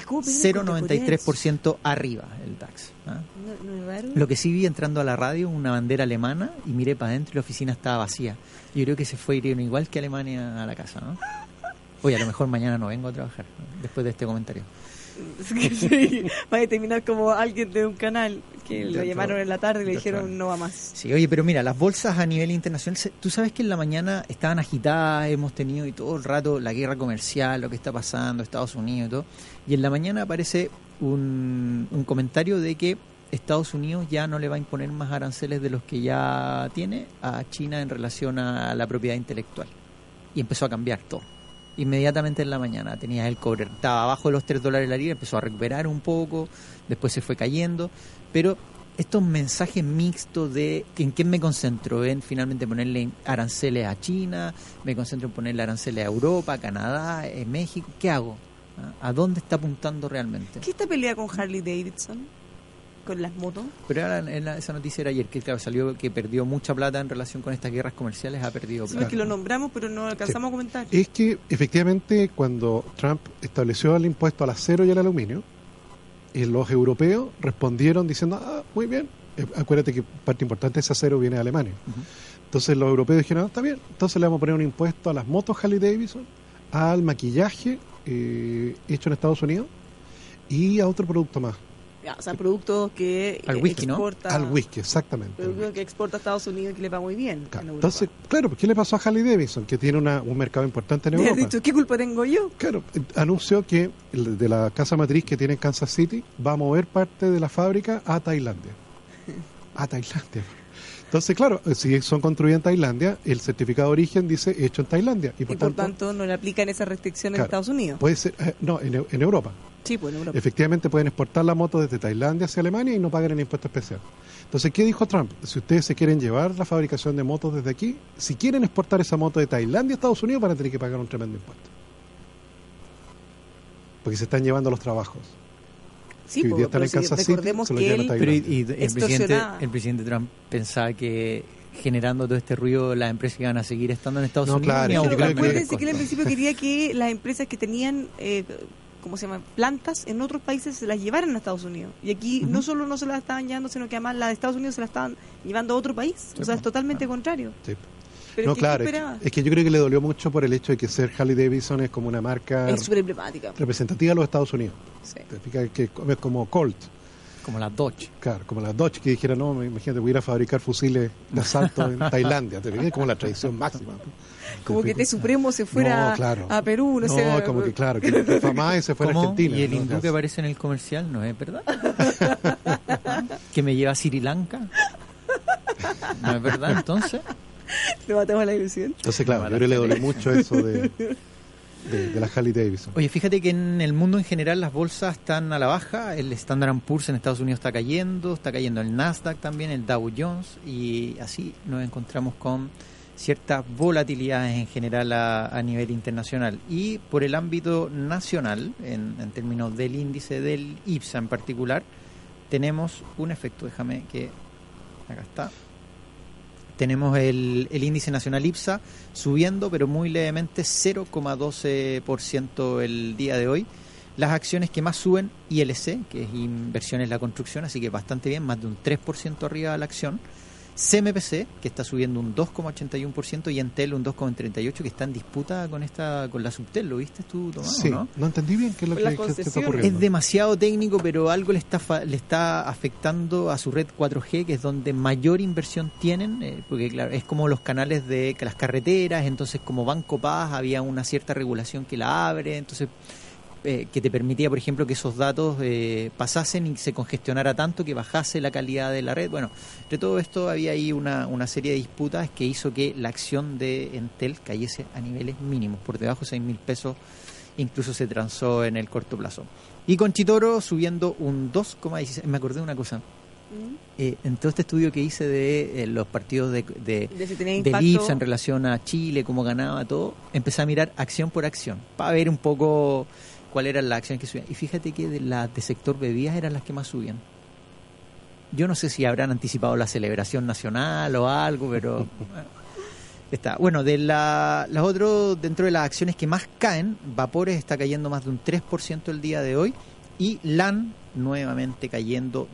S3: 0,93% arriba el DAX. Lo que sí vi entrando a la radio, una bandera alemana, y miré para adentro y la oficina estaba vacía. Yo creo que se fue igual que Alemania a la casa, ¿no? Oye, a lo mejor mañana no vengo a trabajar, después de este comentario.
S1: Sí, va a terminar como alguien de un canal que lo llamaron en la tarde y le dijeron no va más.
S3: Sí, oye, pero mira, las bolsas a nivel internacional, tú sabes que en la mañana estaban agitadas, hemos tenido y todo el rato la guerra comercial, lo que está pasando, Estados Unidos y todo, y en la mañana aparece un comentario de que Estados Unidos ya no le va a imponer más aranceles de los que ya tiene a China en relación a la propiedad intelectual, y empezó a cambiar todo. Inmediatamente en la mañana tenías el cobre, estaba abajo de los $3 la libra, empezó a recuperar un poco, después se fue cayendo, pero estos mensajes mixtos de ¿en qué me concentro? ¿En finalmente ponerle aranceles a China? ¿Me concentro en ponerle aranceles a Europa, a Canadá, a México? ¿Qué hago? ¿A dónde está apuntando realmente?
S1: ¿Qué esta pelea con Harley Davidson? ¿Con las motos?
S3: Pero ahora esa noticia era ayer, que claro, salió que perdió mucha plata en relación con estas guerras comerciales, ha perdido plata.
S1: Sí, es que lo nombramos, pero no alcanzamos a comentar.
S2: Es que efectivamente cuando Trump estableció el impuesto al acero y al aluminio, los europeos respondieron diciendo, muy bien, acuérdate que parte importante de ese acero viene de Alemania. Uh-huh. Entonces los europeos dijeron, está bien, entonces le vamos a poner un impuesto a las motos Harley Davidson, al maquillaje hecho en Estados Unidos y a otro producto más.
S1: O sea, productos que
S3: al whisky,
S1: exporta...
S2: ¿no? Al whisky, exactamente.
S1: Productos que exporta a Estados Unidos y que le va muy bien.
S2: Claro. Entonces, claro, ¿qué le pasó a Harley Davidson? Que tiene un mercado importante en Europa.
S1: ¿Le has dicho qué culpa tengo yo?
S2: Claro, anunció que de la casa matriz que tiene en Kansas City va a mover parte de la fábrica a Tailandia. a Tailandia. Entonces, claro, si son construidas en Tailandia, el certificado de origen dice hecho en Tailandia. Y por
S1: tanto no le aplican esas restricciones en Estados Unidos.
S2: Puede ser, no, en Europa.
S1: Sí, pues en Europa.
S2: Efectivamente pueden exportar la moto desde Tailandia hacia Alemania y no pagan el impuesto especial. Entonces, ¿qué dijo Trump? Si ustedes se quieren llevar la fabricación de motos desde aquí, si quieren exportar esa moto de Tailandia a Estados Unidos, van a tener que pagar un tremendo impuesto. Porque se están llevando los trabajos.
S1: Sí, porque recordemos que
S3: el presidente Trump pensaba que generando todo este ruido las empresas iban a seguir estando en Estados Unidos.
S2: Claro,
S1: pero acuérdense que él en principio quería que las empresas que tenían plantas en otros países se las llevaran a Estados Unidos. Y aquí no solo no se las estaban llevando, sino que además las de Estados Unidos se las estaban llevando a otro país. Sí, o sea, es totalmente contrario.
S2: Sí.
S1: Pero
S2: no, claro, es que yo creo que le dolió mucho por el hecho de que ser Harley Davidson es como una marca
S1: es súper emblemática,
S2: representativa de los Estados Unidos.
S1: Sí.
S2: Que es como Colt.
S3: Como la Dodge.
S2: Claro, como la Dodge, que dijera, no, imagínate, voy a ir a fabricar fusiles de asalto en Tailandia. Es como la tradición máxima.
S1: Como que T-Supremo se fuera a Perú, no sé.
S2: Como que claro, que FAMAE se fuera a Argentina.
S3: Y el hindú que aparece en el comercial, ¿no es verdad? Que me lleva a Sri Lanka. ¿No es verdad, entonces?
S1: Le matamos la ilusión.
S2: Entonces, claro, yo le dolió mucho eso de la Harley Davidson.
S3: Oye, fíjate que en el mundo en general las bolsas están a la baja. El Standard & Poor's en Estados Unidos está cayendo el Nasdaq también, el Dow Jones, y así nos encontramos con ciertas volatilidades en general a nivel internacional. Y por el ámbito nacional, en términos del índice del IPSA en particular, tenemos un efecto, déjame que acá está. Tenemos el índice nacional IPSA subiendo, pero muy levemente, 0,12% el día de hoy. Las acciones que más suben, ILC, que es Inversiones La Construcción, así que bastante bien, más de un 3% arriba de la acción. CMPC, que está subiendo un 2,81%, y Entel un 2,38%, que está en disputa con la Subtel. ¿Lo viste tú, Tomás?
S2: Sí,
S3: ¿no?
S2: No entendí bien qué es lo que está ocurriendo.
S3: Es demasiado técnico, pero algo le está afectando a su red 4G, que es donde mayor inversión tienen, porque claro, es como los canales de las carreteras. Entonces, como Banco Paz, había una cierta regulación que la abre, entonces que te permitía, por ejemplo, que esos datos pasasen y se congestionara tanto que bajase la calidad de la red. Bueno, de todo esto había ahí una serie de disputas que hizo que la acción de Entel cayese a niveles mínimos, por debajo de 6.000 pesos, incluso se transó en el corto plazo. Y Conchitoro subiendo un 2,16%. Me acordé de una cosa. En todo este estudio que hice de los partidos del IPSA en relación a Chile, cómo ganaba todo, empecé a mirar acción por acción para ver un poco cuáles eran las acciones que subían. Y fíjate que las de sector bebidas eran las que más subían. Yo no sé si habrán anticipado la celebración nacional o algo, pero está. Bueno, de las otras, dentro de las acciones que más caen, Vapores está cayendo más de un 3% el día de hoy, y LAN nuevamente cayendo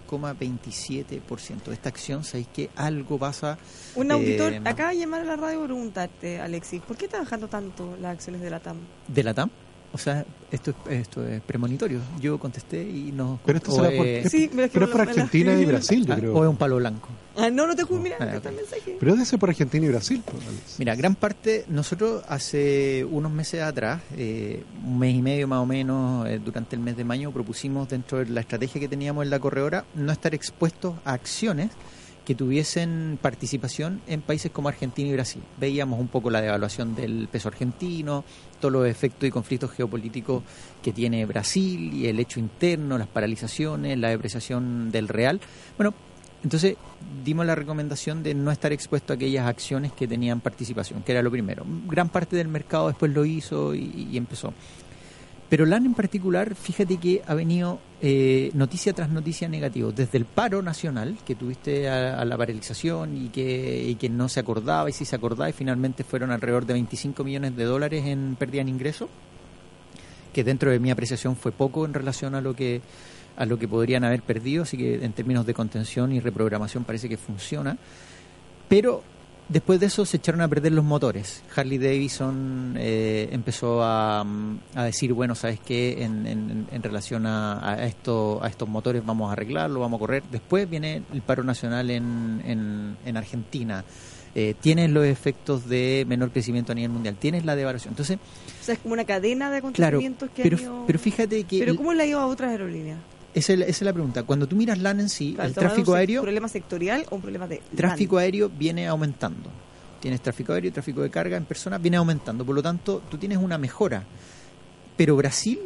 S3: 2,27%. Esta acción, ¿sabéis que algo pasa?
S1: Un auditor acaba de llamar a la radio para preguntarte, Alexis, ¿por qué está bajando tanto las acciones de la TAM?
S3: ¿De la TAM? O sea, esto es premonitorio. Yo contesté y no...
S2: Pero esto será pero es por Argentina y Brasil, yo creo.
S3: O es un palo blanco.
S1: No te juro, mira, okay. Mensaje.
S2: Pero debe ser por Argentina y Brasil. Pues,
S3: mira, gran parte, nosotros hace unos meses atrás, un mes y medio más o menos, durante el mes de mayo, propusimos dentro de la estrategia que teníamos en la corredora no estar expuestos a acciones que tuviesen participación en países como Argentina y Brasil. Veíamos un poco la devaluación del peso argentino, todos los efectos y conflictos geopolíticos que tiene Brasil y el hecho interno, las paralizaciones, la depreciación del real. Bueno, entonces dimos la recomendación de no estar expuesto a aquellas acciones que tenían participación, que era lo primero. Gran parte del mercado después lo hizo y empezó. Pero LAN en particular, fíjate que ha venido noticia tras noticia negativo. Desde el paro nacional, que tuviste a la paralización y que no se acordaba, y sí se acordaba, y finalmente fueron alrededor de $25 millones en pérdida en ingresos, que dentro de mi apreciación fue poco en relación a lo que podrían haber perdido, así que en términos de contención y reprogramación parece que funciona. Pero después de eso se echaron a perder los motores. Harley Davidson empezó a decir, bueno, ¿sabes qué? En relación a estos motores vamos a arreglarlo, vamos a correr. Después viene el paro nacional en Argentina. Tienes los efectos de menor crecimiento a nivel mundial. Tienes la devaluación. Entonces,
S1: o sea, es como una cadena de acontecimientos, claro,
S3: pero fíjate que...
S1: ¿Pero cómo le ha ido a otras aerolíneas?
S3: esa es la pregunta. Cuando tú miras LAN en sí,
S1: claro,
S3: el tráfico aéreo...
S1: ¿Un problema sectorial o un problema de
S3: tráfico
S1: LAN?
S3: aéreo viene aumentando. Tienes tráfico aéreo y tráfico de carga en personas, viene aumentando. Por lo tanto, tú tienes una mejora. Pero Brasil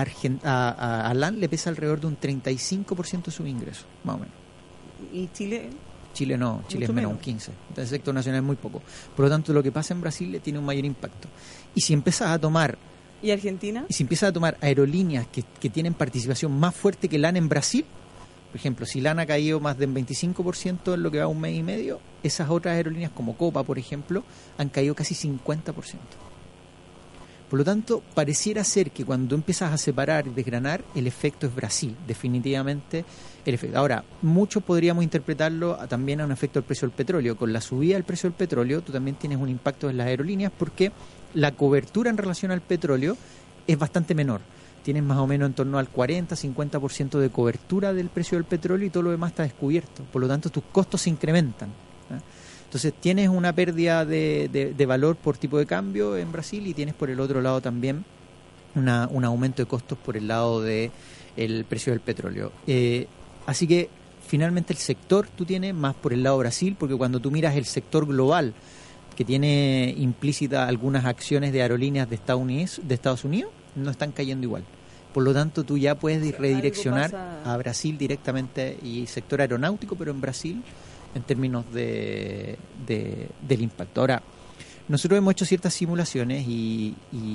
S3: a LAN le pesa alrededor de un 35% de sus ingresos, más o menos.
S1: ¿Y Chile?
S3: Chile no, Chile es menos un 15%. Entonces el sector nacional es muy poco. Por lo tanto, lo que pasa en Brasil le tiene un mayor impacto. Y si empiezas a tomar...
S1: ¿Y Argentina?
S3: Y si empiezas a tomar aerolíneas que tienen participación más fuerte que LAN en Brasil, por ejemplo, si LAN ha caído más del 25% en lo que va un mes y medio, esas otras aerolíneas como Copa, por ejemplo, han caído casi 50%. Por lo tanto, pareciera ser que cuando empiezas a separar y desgranar, el efecto es Brasil, definitivamente el efecto. Ahora, muchos podríamos interpretarlo también a un efecto del precio del petróleo. Con la subida del precio del petróleo, tú también tienes un impacto en las aerolíneas porque la cobertura en relación al petróleo es bastante menor. Tienes más o menos en torno al 40-50% de cobertura del precio del petróleo y todo lo demás está descubierto. Por lo tanto, tus costos se incrementan. Entonces tienes una pérdida de valor por tipo de cambio en Brasil y tienes por el otro lado también un aumento de costos por el lado del precio del petróleo. Así que finalmente el sector tú tienes más por el lado de Brasil, porque cuando tú miras el sector global que tiene implícita algunas acciones de aerolíneas de Estados Unidos, no están cayendo igual. Por lo tanto, tú ya puedes redireccionar a Brasil directamente y sector aeronáutico, pero en Brasil en términos del impacto. Ahora, nosotros hemos hecho ciertas simulaciones y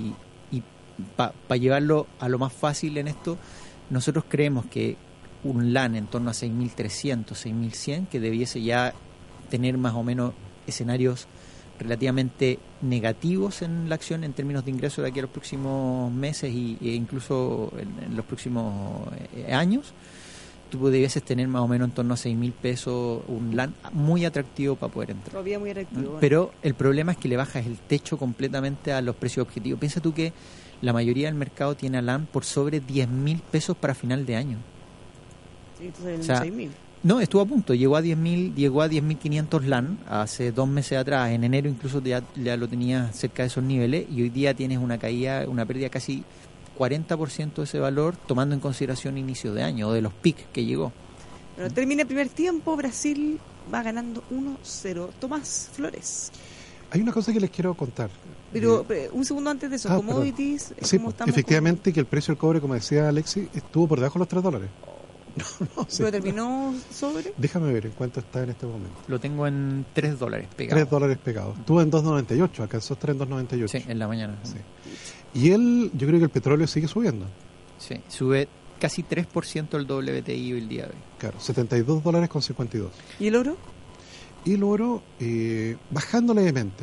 S3: para llevarlo a lo más fácil en esto, nosotros creemos que un LAN en torno a 6.300, 6.100, que debiese ya tener más o menos escenarios relativamente negativos en la acción en términos de ingresos de aquí a los próximos meses e incluso en los próximos años, tú debieses tener más o menos en torno a 6.000 pesos un LAN muy atractivo para poder entrar.
S1: Todavía muy atractivo.
S3: Pero el problema es que le bajas el techo completamente a los precios objetivos. Piensa tú que la mayoría del mercado tiene a LAN por sobre 10.000 pesos para final de año.
S1: Sí, entonces
S3: o sea,
S1: 6.000.
S3: No, estuvo a punto, llegó a 10.500 LAN hace 2 meses atrás, en enero incluso ya lo tenía cerca de esos niveles y hoy día tienes una pérdida casi 40% de ese valor, tomando en consideración inicio de año o de los picos que llegó.
S1: Pero termina el primer tiempo, Brasil va ganando 1-0. Tomás Flores.
S2: Hay una cosa que les quiero contar.
S1: Pero un segundo antes de eso, commodities,
S2: sí,
S1: ¿cómo estamos?
S2: efectivamente que el precio del cobre, como decía Alexis, estuvo por debajo de los $3.
S1: No sé. ¿Pero terminó sobre?
S2: Déjame ver en cuánto está en este momento.
S3: Lo tengo en $3 pegado.
S2: $3 pegados. Estuvo en 2.98, alcanzó a estar en 2.98.
S3: Sí, en la mañana.
S2: Sí. Y yo creo que el petróleo sigue subiendo.
S3: Sí, sube casi 3% el WTI el día de hoy.
S2: Claro, $72.52.
S1: ¿Y el oro?
S2: Y el oro bajando levemente.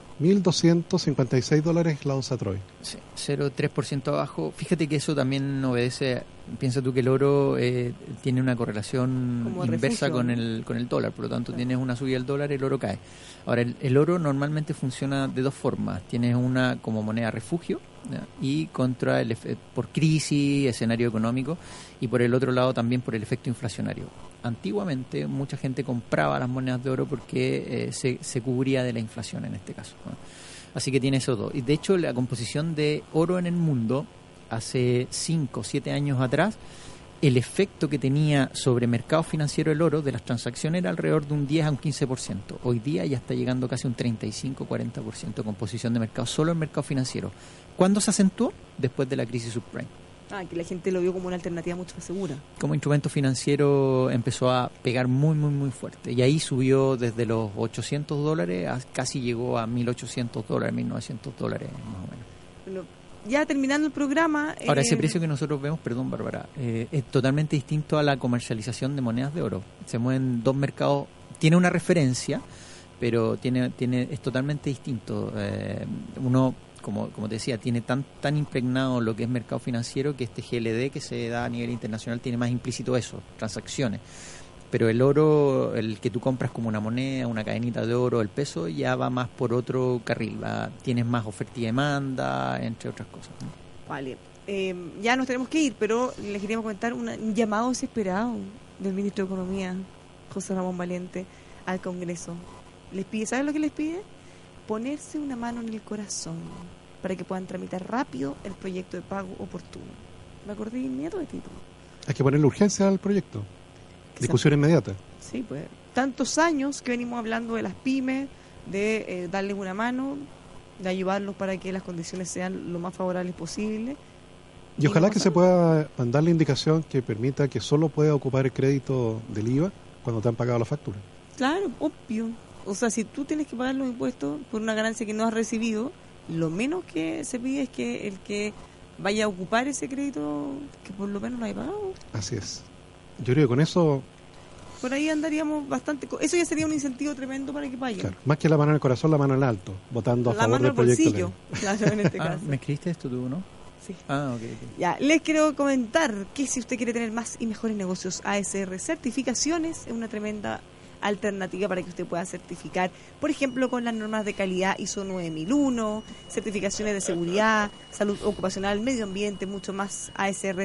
S2: $1.256 la onza Troy.
S3: Sí, 0,3% abajo. Fíjate que eso también obedece, piensa tú que el oro tiene una correlación
S1: como
S3: inversa
S1: refugio,
S3: con el dólar, por lo tanto tienes una subida del dólar, el oro cae. Ahora, el oro normalmente funciona de dos formas. Tienes una como moneda refugio, ¿ya? Y contra por crisis, escenario económico, y por el otro lado también por el efecto inflacionario. Antiguamente mucha gente compraba las monedas de oro porque se cubría de la inflación en este caso, ¿no? Así que tiene esos dos. Y de hecho la composición de oro en el mundo hace 5 o 7 años atrás, el efecto que tenía sobre mercado financiero el oro de las transacciones era alrededor de un 10 a un 15%. Hoy día ya está llegando casi un 35-40% de composición de mercado, solo en mercado financiero. ¿Cuándo se acentuó? Después de la crisis subprime.
S1: Que la gente lo vio como una alternativa mucho más segura.
S3: Como instrumento financiero empezó a pegar muy, muy, muy fuerte. Y ahí subió desde los $800 a casi llegó a $1.800, $1.900 más o menos.
S1: Bueno, ya terminando el programa...
S3: Ahora, ese precio que nosotros vemos, perdón Bárbara, es totalmente distinto a la comercialización de monedas de oro. Se mueven dos mercados, tiene una referencia, pero es totalmente distinto. Uno... Como te decía, tiene tan impregnado lo que es mercado financiero que este GLD que se da a nivel internacional tiene más implícito eso, transacciones. Pero el oro, el que tú compras como una moneda, una cadenita de oro, el peso, ya va más por otro carril. Tienes más oferta y demanda, entre otras cosas, ¿no?
S1: Vale. Ya nos tenemos que ir, pero les queríamos comentar un llamado desesperado del ministro de Economía, José Ramón Valiente, al Congreso. Les pide, ¿saben lo que les pide? Ponerse una mano en el corazón para que puedan tramitar rápido el proyecto de pago oportuno. Me acordé inmediato de ti.
S2: Hay que ponerle urgencia al proyecto. Discusión inmediata.
S1: Sí, pues tantos años que venimos hablando de las pymes, de darles una mano, de ayudarlos para que las condiciones sean lo más favorables posible.
S2: Y ojalá que se pueda mandar la indicación que permita que solo pueda ocupar el crédito del IVA cuando te han pagado la factura.
S1: Claro, obvio. O sea, si tú tienes que pagar los impuestos por una ganancia que no has recibido, lo menos que se pide es que el que vaya a ocupar ese crédito, que por lo menos lo haya pagado.
S2: Así es. Yo creo que con eso...
S1: Por ahí andaríamos bastante... Eso ya sería un incentivo tremendo para que paguen.
S2: Claro, más que la mano en el corazón, la mano en el alto, votando a favor del proyecto. La mano al bolsillo,
S1: claro, en este caso.
S3: ¿Me escribiste esto tú, no?
S1: Sí.
S3: Ok.
S1: Ya, les quiero comentar que si usted quiere tener más y mejores negocios, ASR Certificaciones es una tremenda alternativa para que usted pueda certificar, por ejemplo, con las normas de calidad ISO 9001, certificaciones de seguridad, salud ocupacional, medio ambiente, mucho más.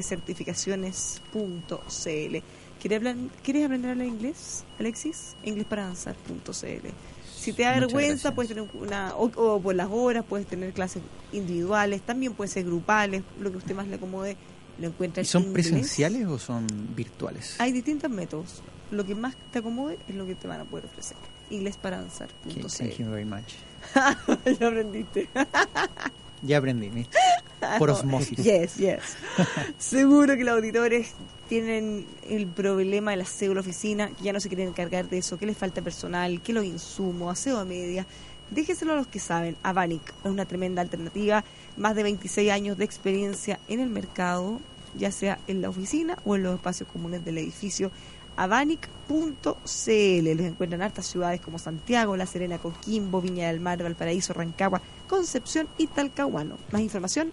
S1: ASRcertificaciones.cl. ¿Quieres aprender a hablar inglés, Alexis? Inglesparavanzar.cl. Si te da vergüenza, puedes tener o por las horas, puedes tener clases individuales, también puede ser grupales, lo que a usted más le acomode, lo encuentra en
S3: ¿Y son
S1: inglés.
S3: presenciales o son virtuales?
S1: Hay distintos métodos. Lo que más te acomode es lo que te van a poder ofrecer. Inglesparavanzar.cl.
S3: Thank you very much.
S1: Ya aprendiste.
S3: Ya aprendí, ¿viste? Por osmosis.
S1: Yes. Seguro que los auditores tienen el problema de la cédula oficina, que ya no se quieren encargar de eso, que les falta personal, que los insumos, aseo a media. Déjeselo a los que saben. Avanic es una tremenda alternativa, más de 26 años de experiencia en el mercado, ya sea en la oficina o en los espacios comunes del edificio. Avanic.cl. Los encuentran en hartas ciudades como Santiago, La Serena, Coquimbo, Viña del Mar, Valparaíso, Rancagua, Concepción y Talcahuano. Más información,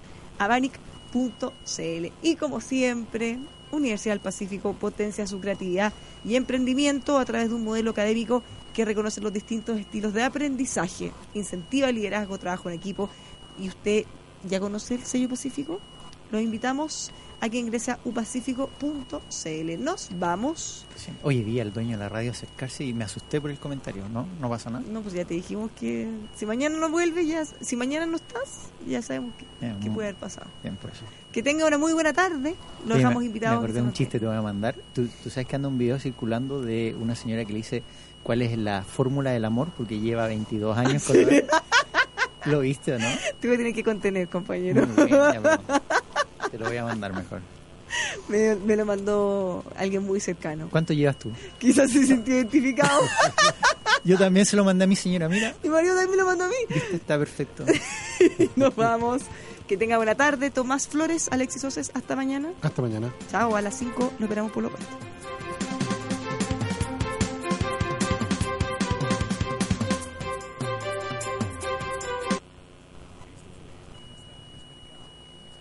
S1: avanic.cl. Y como siempre, Universidad del Pacífico potencia su creatividad y emprendimiento a través de un modelo académico que reconoce los distintos estilos de aprendizaje, incentiva el liderazgo, trabajo en equipo. ¿Y usted ya conoce el sello Pacífico? Los invitamos a que ingrese a upacífico.cl. Nos vamos.
S3: Sí. Oye, vi al dueño de la radio acercarse y me asusté por el comentario. ¿No pasa nada?
S1: No, pues ya te dijimos que si mañana no vuelves, si mañana no estás, ya sabemos qué puede haber pasado.
S3: Bien, por eso.
S1: Que tenga una muy buena tarde. Los dejamos invitados.
S3: Me acordé de un chiste que te voy a mandar. ¿Tú sabes que anda un video circulando de una señora que le dice cuál es la fórmula del amor? Porque lleva 22 años con ¿Lo viste o no?
S1: Te voy a tener que contener, compañero.
S3: Muy bien, ya, te lo voy a mandar mejor.
S1: Me lo mandó alguien muy cercano.
S3: ¿Cuánto llevas tú?
S1: Quizás se sintió identificado.
S3: Yo también se lo mandé a mi señora, mira.
S1: Mi marido también me lo mandó a mí.
S3: ¿Viste? Está perfecto.
S1: Nos vamos. Que tenga buena tarde. Tomás Flores, Alexis Oces, hasta mañana.
S2: Hasta mañana.
S1: Chao, a las 5 nos esperamos por lo pronto.